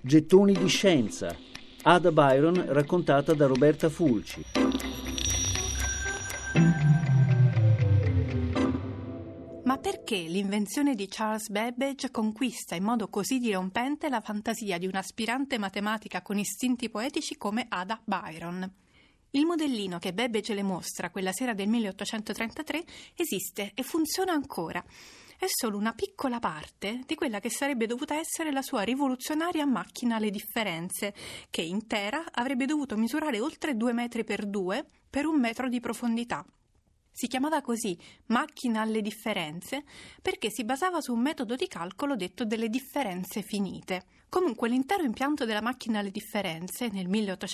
Gettoni di scienza. Ada Byron raccontata da Roberta Fulci. Ma perché l'invenzione di Charles Babbage conquista in modo così dirompente la fantasia di un'aspirante matematica con istinti poetici come Ada Byron? Il modellino che Babbage le mostra quella sera del 1833 esiste e funziona ancora. È solo una piccola parte di quella che sarebbe dovuta essere la sua rivoluzionaria macchina alle differenze, che intera avrebbe dovuto misurare oltre 2 metri per 2 per 1 metro di profondità. Si chiamava così macchina alle differenze perché si basava su un metodo di calcolo detto delle differenze finite. Comunque l'intero impianto della macchina alle differenze nel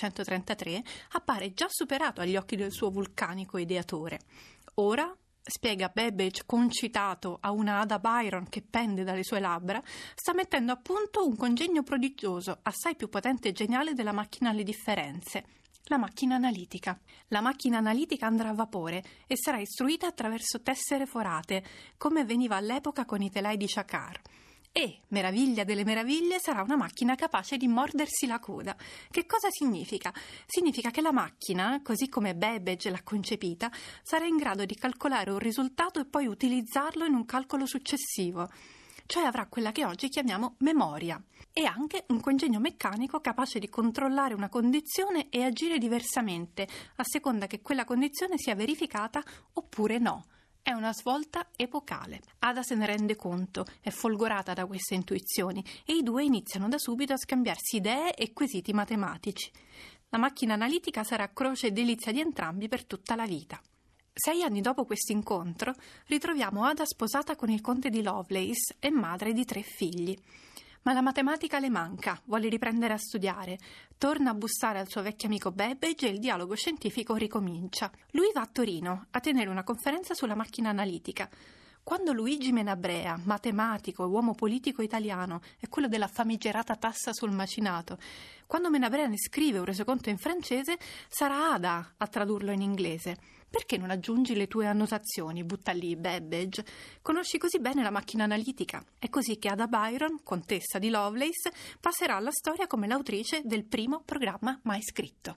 1833 appare già superato agli occhi del suo vulcanico ideatore. Ora, spiega Babbage concitato a una Ada Byron che pende dalle sue labbra, sta mettendo a punto un congegno prodigioso, assai più potente e geniale della macchina alle differenze. La macchina analitica. La macchina analitica andrà a vapore e sarà istruita attraverso tessere forate, come avveniva all'epoca con i telai di Jacquard. E, meraviglia delle meraviglie, sarà una macchina capace di mordersi la coda. Che cosa significa? Significa che la macchina, così come Babbage l'ha concepita, sarà in grado di calcolare un risultato e poi utilizzarlo in un calcolo successivo. Cioè avrà quella che oggi chiamiamo memoria. E anche un congegno meccanico capace di controllare una condizione e agire diversamente, a seconda che quella condizione sia verificata oppure no. È una svolta epocale. Ada se ne rende conto, è folgorata da queste intuizioni e i due iniziano da subito a scambiarsi idee e quesiti matematici. La macchina analitica sarà croce e delizia di entrambi per tutta la vita. 6 anni dopo questo incontro ritroviamo Ada sposata con il conte di Lovelace e madre di 3 figli. Ma la matematica le manca, vuole riprendere a studiare, torna a bussare al suo vecchio amico Babbage e il dialogo scientifico ricomincia. Lui va a Torino a tenere una conferenza sulla macchina analitica. Quando Luigi Menabrea, matematico e uomo politico italiano, è quello della famigerata tassa sul macinato, quando Menabrea ne scrive un resoconto in francese, sarà Ada a tradurlo in inglese. Perché non aggiungi le tue annotazioni? Butta lì, Babbage. Conosci così bene la macchina analitica. È così che Ada Byron, contessa di Lovelace, passerà alla storia come l'autrice del primo programma mai scritto.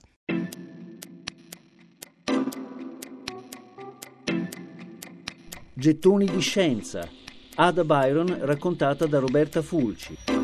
Gettoni di scienza. Ada Byron raccontata da Roberta Fulci.